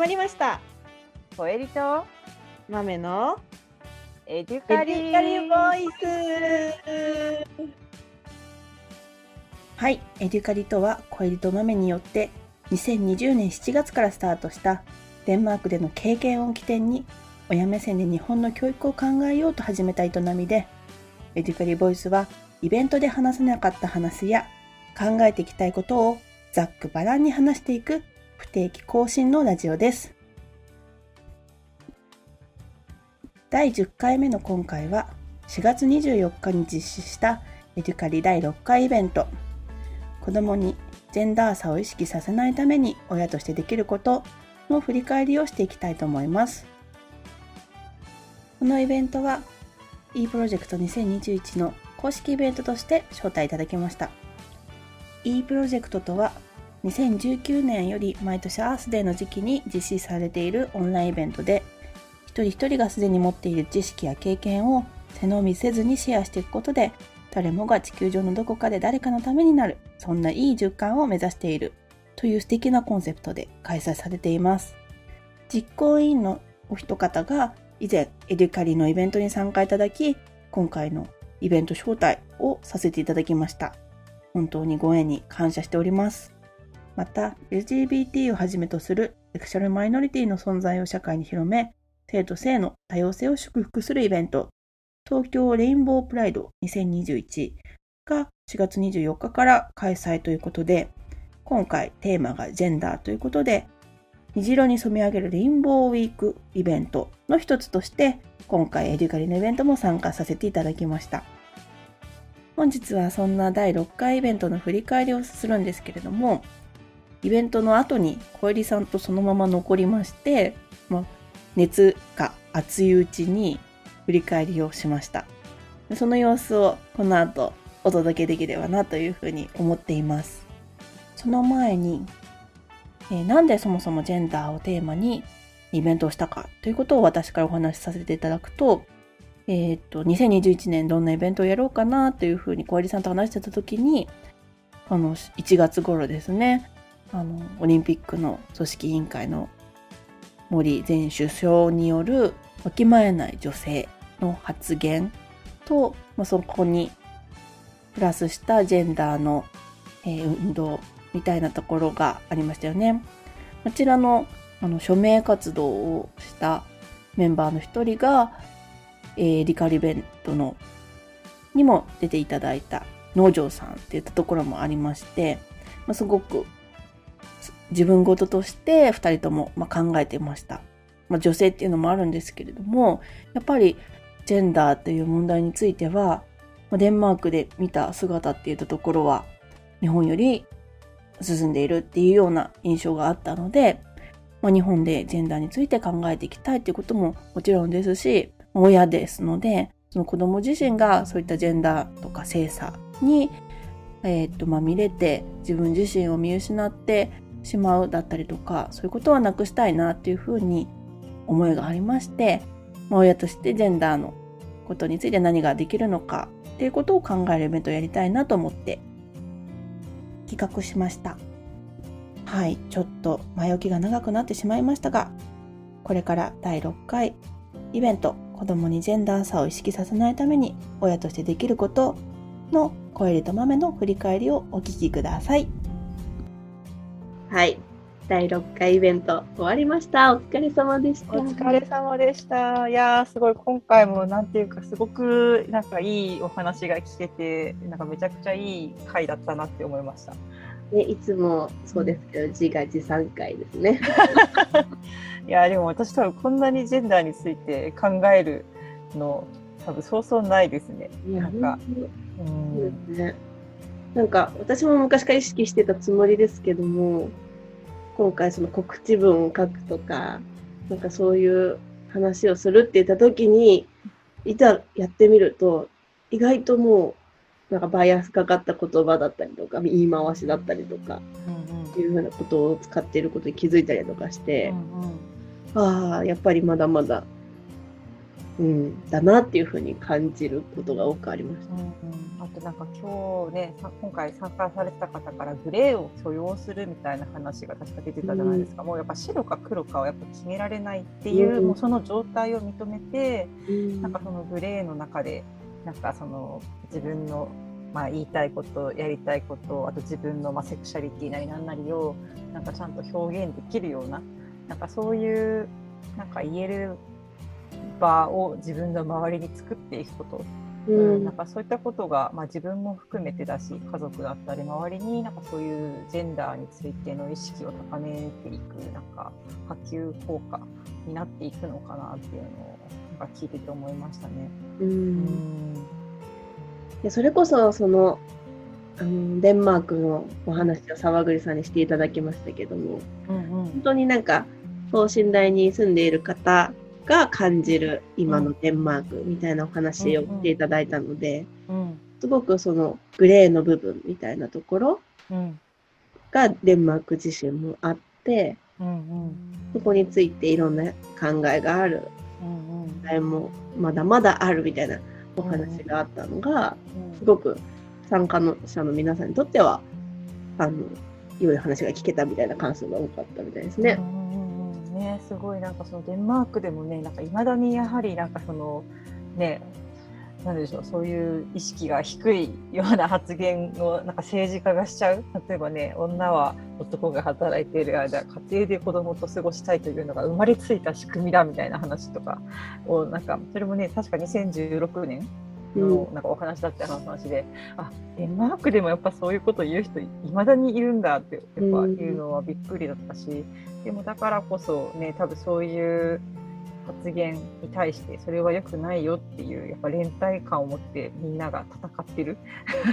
まりました。 コエリと豆のエデュエカリデュカリボイス。はい、エデュカリとはコエリと豆によって2020年7月からスタートしたデンマークでの経験を起点に親目線で日本の教育を考えようと始めた営みで、エデュカリボイスはイベントで話せなかった話や考えていきたいことをざっくばらんに話していく不定期更新のラジオです。第10回目の今回は4月24日に実施したエデュカリ第6回イベント、子供にジェンダー差を意識させないために親としてできることの振り返りをしていきたいと思います。このイベントは e プロジェクト2021の公式イベントとして招待いただきました。e プロジェクトとは2019年より毎年アースデーの時期に実施されているオンラインイベントで、一人一人がすでに持っている知識や経験を背伸びせずにシェアしていくことで、誰もが地球上のどこかで誰かのためになる、そんないい循環を目指しているという素敵なコンセプトで開催されています。実行委員のお一方が以前エデュカリのイベントに参加いただき、今回のイベント招待をさせていただきました。本当にご縁に感謝しております。また LGBT をはじめとするセクシャルマイノリティの存在を社会に広め、生と性の多様性を祝福するイベント、東京レインボープライド2021が4月24日から開催ということで、今回テーマがジェンダーということで、虹色に染め上げるレインボーウィークイベントの一つとして、今回エデュカリのイベントも参加させていただきました。本日はそんな第6回イベントの振り返りをするんですけれども、イベントの後に小入さんとそのまま残りまして、熱が熱いうちに振り返りをしました。その様子をこの後お届けできればなというふうに思っています。その前に、なんでそもそもジェンダーをテーマにイベントをしたかということを私からお話しさせていただくと、2021年どんなイベントをやろうかなというふうに小入さんと話してた時に、1月頃ですね、オリンピックの組織委員会の森前首相によるわきまえない女性の発言と、そこにプラスしたジェンダーの、運動みたいなところがありましたよね。こちらの、署名活動をしたメンバーの一人が、リカリベントのにも出ていただいた農場さんっていったところもありまして、すごく自分事として2人とも考えていました。女性っていうのもあるんですけれども、やっぱりジェンダーという問題については、デンマークで見た姿っていったところは日本より進んでいるっていうような印象があったので、日本でジェンダーについて考えていきたいっていうことももちろんですし、親ですので、その子供自身がそういったジェンダーとか性差に、見れて自分自身を見失ってしまうだったりとか、そういうことはなくしたいなっていうふうに思いがありまして、親としてジェンダーのことについて何ができるのかっていうことを考えるイベントをやりたいなと思って企画しました。はい、ちょっと前置きが長くなってしまいましたが、これから第6回イベント、子供にジェンダー差を意識させないために親としてできることのコエリと豆の振り返りをお聞きください。はい、第6回イベント終わりました。お疲れ様でした。 お疲れ様でした。いやー、すごい今回もなんていうかすごくいいお話が聞けて、めちゃくちゃいい回だったなって思いました。 いつもそうですけど、自画自賛会ですね。 いやでも私多分こんなにジェンダーについて考えるの多分そうそうないですね。 私も昔から意識してたつもりですけども、今回その告知文を書くとか、そういう話をするって言った時に、いざやってみると、意外ともうバイアスかかった言葉だったりとか、言い回しだったりとか、いうふうなことを使っていることに気づいたりとかして、やっぱりまだまだ、 だなっていうふうに感じることが多くありました。 あとなんか今日ね、今回参加されてた方からグレーを許容するみたいな話が確か出てたじゃないですか。もうやっぱ白か黒かをやっぱ決められないっていう、もうその状態を認めて、なんかそのグレーの中でなんかその自分の言いたいこと、やりたいこと、あと自分のセクシャリティなりなんなりをなんかちゃんと表現できるような、なんかそういうなんか言える場を自分の周りに作っていくこと、なんかそういったことが、自分も含めてだし、家族だったり周りになんかそういうジェンダーについての意識を高めていくなんか波及効果になっていくのかなっていうのをなんか聞いてて思いましたね。 でそれこそそのデンマークのお話を沢栗さんにしていただきましたけども、本当になんか等身大に住んでいる方が感じる今のデンマークみたいなお話をしていただいたので、すごくそのグレーの部分みたいなところがデンマーク自身もあって、そこについていろんな考えがある、もまだまだあるみたいなお話があったのが、すごく参加者の皆さんにとっては良い話が聞けたみたいな感想が多かったみたいですね。 すごいなんかそのデンマークでもね、なんか未だにやはりなんかそのね、なんでしょう、そういう意識が低いような発言をなんか政治家がしちゃう。例えばね、女は男が働いている間、家庭で子供と過ごしたいというのが生まれついた仕組みだみたいな話とかをなんか、それもね、確か2016年のなんかお話だった話で、デンマークでもやっぱそういうことを言う人いまだにいるんだってやっぱいうのはびっくりだったし、でもだからこそね、多分そういう発言に対してそれは良くないよっていうやっぱ連帯感を持ってみんなが戦ってる、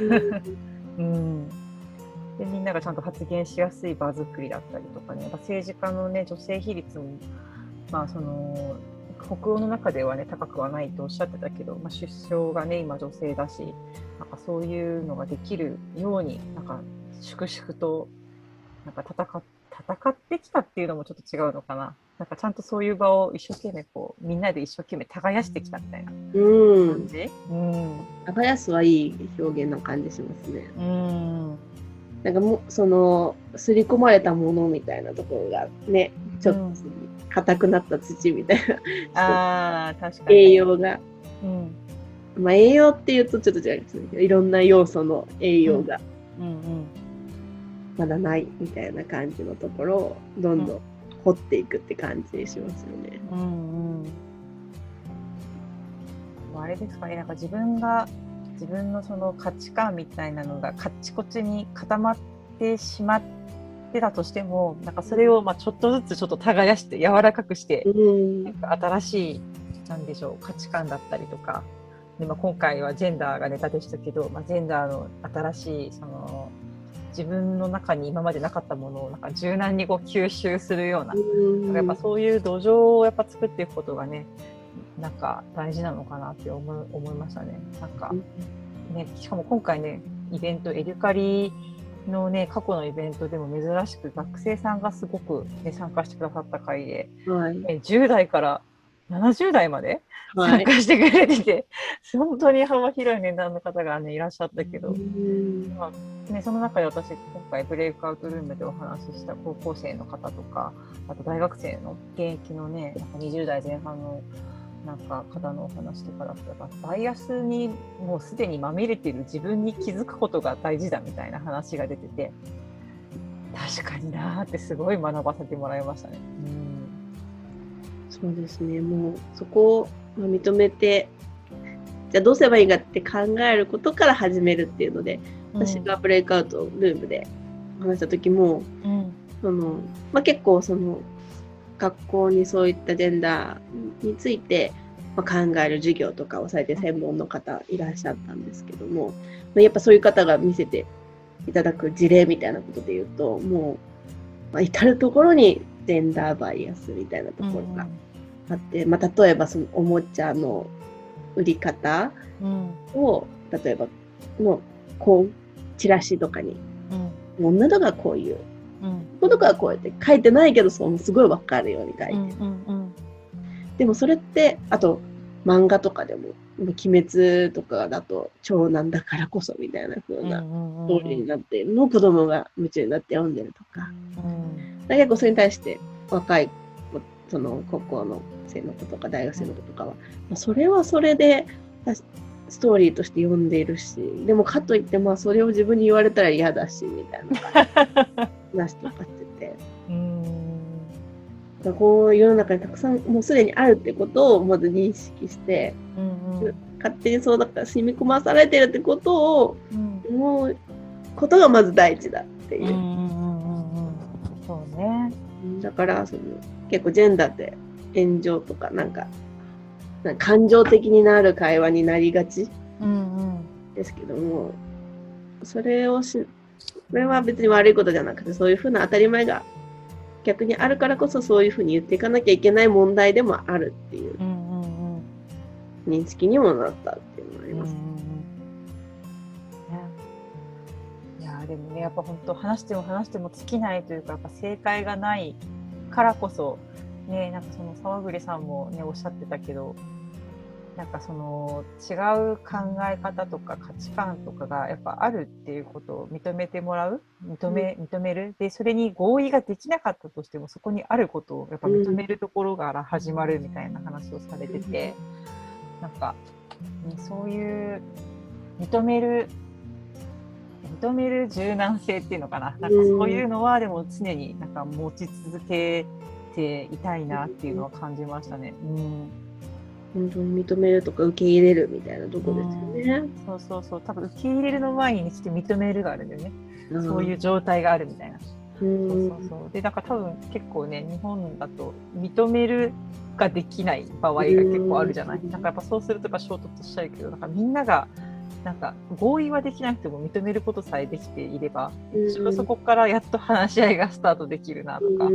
でみんながちゃんと発言しやすい場作りだったりとかね、やっぱ政治家のね女性比率もその北欧の中ではね高くはないとおっしゃってたけど、首相がね今女性だし、なんかそういうのができるようになんか粛々となんか戦ってきたっていうのもちょっと違うのかな。なんかちゃんとそういう場を一生懸命こうみんなで一生懸命耕してきたみたいな感じ。 耕すはいい表現な感じしますね。なんかもその刷り込まれたものみたいなところがね、ちょっと硬くなった土みたいな、 確かに栄養が、栄養っていうとちょっと違いますねけど、いろんな要素の栄養がまだないみたいな感じのところをどんどん掘っていくって感じしますよね。 あれですかね、なんか自分のその価値観みたいなのがカッチコチに固まってしまってたとしても、なんかそれをちょっとずつちょっと耕して柔らかくして、なんか新しいなんでしょう価値観だったりとかで、今回はジェンダーがネタでしたけど、ジェンダーの新しいその自分の中に今までなかったものをなんか柔軟にこう吸収するような、やっぱそういう土壌をやっぱ作っていくことがね、なんか大事なのかなって思いましたね。なんかね、しかも今回ねイベントエデュカリのね過去のイベントでも珍しく学生さんがすごく、ね、参加してくださった回で、10代から70代まで参加してくれてて、本当に幅広い年代の方が、ね、いらっしゃったけど、その中で私今回ブレイクアウトルームでお話しした高校生の方とか、あと大学生の現役のねなんか20代前半のなんか方のお話とかだったら、バイアスにもうすでにまみれている自分に気づくことが大事だみたいな話が出てて、確かになーってすごい学ばせてもらいましたね。 そうですね、もうそこを認めて、じゃあどうすればいいかって考えることから始めるっていうので、私がブレイクアウトルームで話した時も、結構その学校にそういったジェンダーについて考える授業とかをされて専門の方いらっしゃったんですけども、やっぱそういう方が見せていただく事例みたいなことで言うと、もう、至るところにジェンダーバイアスみたいなところがあって、例えばそのおもちゃの売り方を、例えばのこうチラシとかに、女の子がこういう男の子はこうやって書いてないけど、すごい分かるように書いてる。でもそれって、あと漫画とかでも鬼滅とかだと長男だからこそみたいな風なストーリーになっているのを子供が夢中になって読んでるとか、結構それに対して若いその高校の生の子とか大学生の子とかは、それはそれでストーリーとして読んでいるし、でもかといってそれを自分に言われたら嫌だしみたいな話とかしてて、こう世の中にたくさんもうすでにあるってことをまず認識して、勝手にそうだから染み込まされてるってことを思うことがまず第一だっていう。 そうね。 だから結構ジェンダーって炎上とかなんか感情的になる会話になりがちですけども、それは別に悪いことじゃなくて、そういうふうな当たり前が逆にあるからこそそういうふうに言っていかなきゃいけない問題でもあるっていう認識にもなったっていうのがあります。 いやでもね、やっぱ本当話しても尽きないというか、やっぱ正解がないからこそね、なんかその沢栗さんもねおっしゃってたけど、なんかその違う考え方とか価値観とかがやっぱあるっていうことを認めてもらう、認める。で、それに合意ができなかったとしても、そこにあることをやっぱ認めるところから始まるみたいな話をされてて、なんか、ね、そういう認める柔軟性っていうのかな、なんかそういうのはでも常になんか持ち続けていたいなっていうのは感じましたね。 本当に認めるとか受け入れるみたいなとこですよね。 そう多分受け入れるの前にして認めるがあるんだよね。そういう状態があるみたいな。そうで、なんか多分結構ね、日本だと認めるができない場合が結構あるじゃない。なんかやっぱそうすると衝突しちゃうけど、なんかみんながなんか合意はできなくても認めることさえできていれば、そこからやっと話し合いがスタートできるなとか、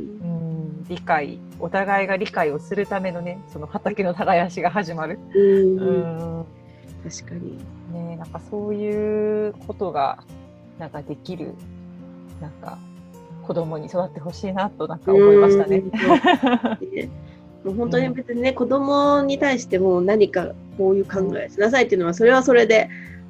お互いが理解をするためのね、その畑の耕しが始まる。 確かにね、なんかそういうことがなんかできる、なんか子供に育ってほしいなとなんか思いましたね。 もう本当に別にね、子供に対しても何かこういう考えしなさいっていうのは、それはそれで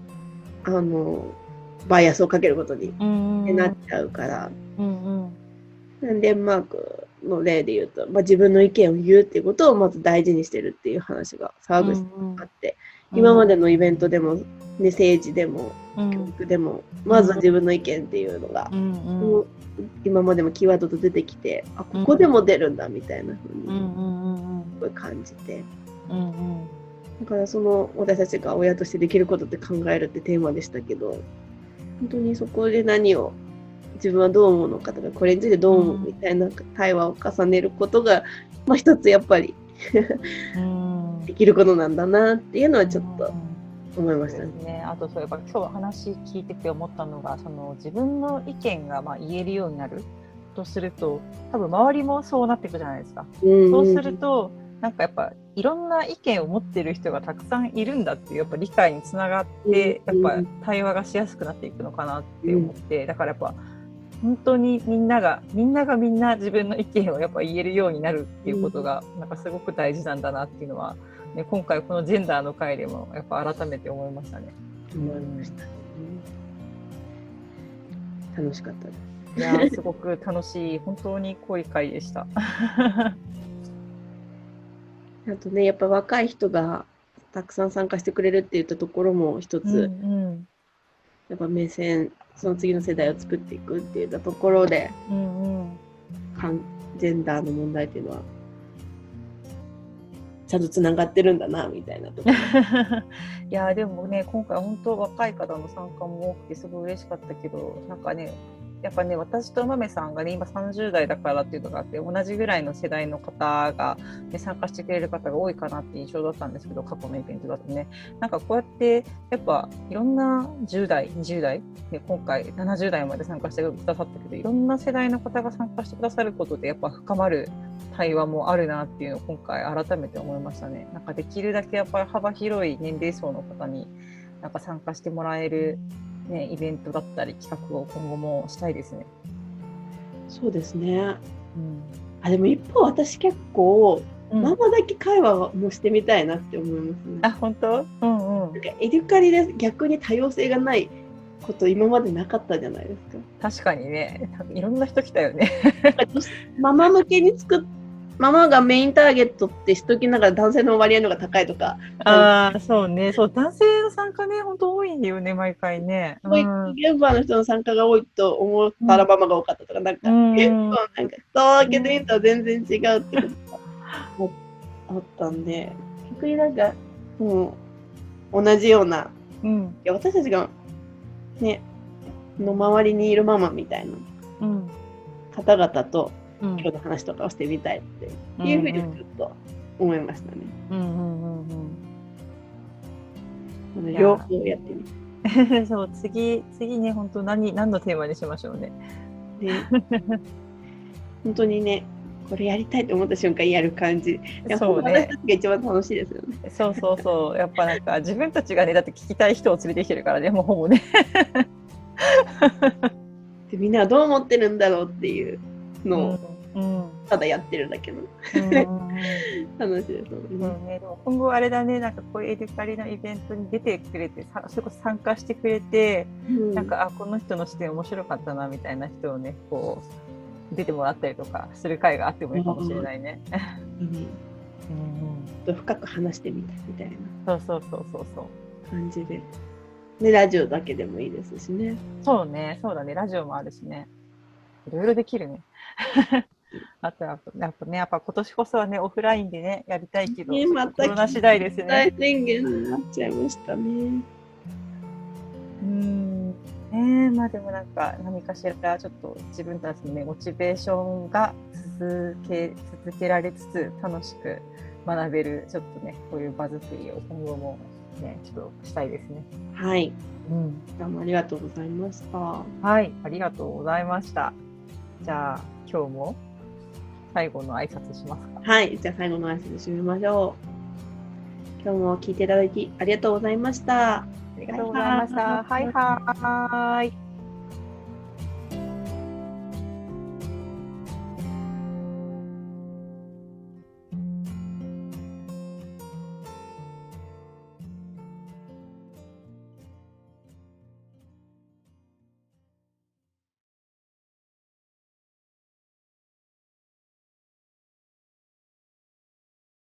バイアスをかけることになっちゃうから、デンマークの例で言うと、自分の意見を言うっていうことをまず大事にしてるっていう話が沢口さんあって、今までのイベントでも、ね、政治でも教育でも、まずは自分の意見っていうのが、今までもキーワードと出てきて、ここでも出るんだみたいな風にすごい感じて、だから私たちが親としてできることって考えるってテーマでしたけど、本当にそこで何を自分はどう思うのかとか、これについてどう思うみたいな対話を重ねることが、一つやっぱりできることなんだなっていうのはちょっと思いましたね。 あとそういえば今日話聞いてて思ったのが、自分の意見が言えるようになるとすると、多分周りもそうなっていくじゃないですか。そうするとなんかやっぱいろんな意見を持ってる人がたくさんいるんだっていうやっぱ理解につながって、やっぱ対話がしやすくなっていくのかなって思って、だからやっぱ本当にみんなが自分の意見をやっぱ言えるようになるっていうことがなんかすごく大事なんだなっていうのは、ね、今回このジェンダーの回でもやっぱ改めて思いましたね。 思いましたね。楽しかったです。 いやすごく楽しい本当に濃い回でした。 あとね、やっぱ若い人がたくさん参加してくれるっていったところも一つ、やっぱ目線、その次の世代を作っていくっていったところで、ジェンダーの問題っていうのはちゃんとつながってるんだなみたいなところ。 いやでもね、今回本当若い方の参加も多くてすごい嬉しかったけど、なんかねやっぱね、私と豆さんがね今30代だからっていうのがあって、同じぐらいの世代の方が、ね、参加してくれる方が多いかなって印象だったんですけど、過去のイベントだとね、なんかこうやってやっぱいろんな10代20代、ね、今回70代まで参加してくださったけど、いろんな世代の方が参加してくださることでやっぱ深まる対話もあるなっていうのを今回改めて思いましたね。なんかできるだけやっぱり幅広い年齢層の方になんか参加してもらえるね、イベントだったり企画を今後もしたいですね。 そうですね。でも一方私結構ママだけ会話もしてみたいなって思いますね。 あ、本当？うんうん。 なんかエデュカリで逆に多様性がないこと今までなかったじゃないですか。確かにね、いろんな人来たよね。 ママ向けにママがメインターゲットってしときながら男性の割合の方が高いとか。 ああ、そうね。そう、男性の参加ね、本当多いんだよね、毎回ね。 保育現場の人の参加が多いと思ったらママが多かったとか、なんか、蓋を開けてみたら全然違うってことがあったんで、逆になんか、もう、同じような、いや私たちが、ね、の周りにいるママみたいな方々と、今日の話とかをしてみたいっていうふうにちょっと思いましたね。両方やってみて。 そう、次ね、本当何のテーマにしましょうね。 本当にね、これやりたいと思った瞬間やる感じ。 そうね。 私たちが一番楽しいですよね。 そう。やっぱなんか自分たちがね、だって聞きたい人を連れてきてるからね、もうほぼね。 でみんなはどう思ってるんだろうっていうのを、ただやってるだけの話ですね。 でも今後あれだね、なんかこういうエデュカリのイベントに出てくれて、それこそ参加してくれて、なんかこの人の視点面白かったなみたいな人をね、こう出てもらったりとかする会があってもいいかもしれないね。 深く話してみたみたいな。 そう感じで。でラジオだけでもいいですしね。 そうだね、ラジオもあるしね。いろいろできるね。あとやっぱ今年こそはね、オフラインでね、やりたいけど、コロナ次第ですね。 大宣言になっちゃいましたね。 まあでもなんか何かしらちょっと自分たちのね、モチベーションが続けられつつ楽しく学べる、ちょっとね、こういう場作りを今後もね、ちょっとしたいですね。 はい。どうもありがとうございました。 はい、ありがとうございました。じゃあ今日も最後の挨拶しますか。 はい、じゃあ最後の挨拶締めましょう。今日も聞いていただきありがとうございました。 ありがとうございました。はい。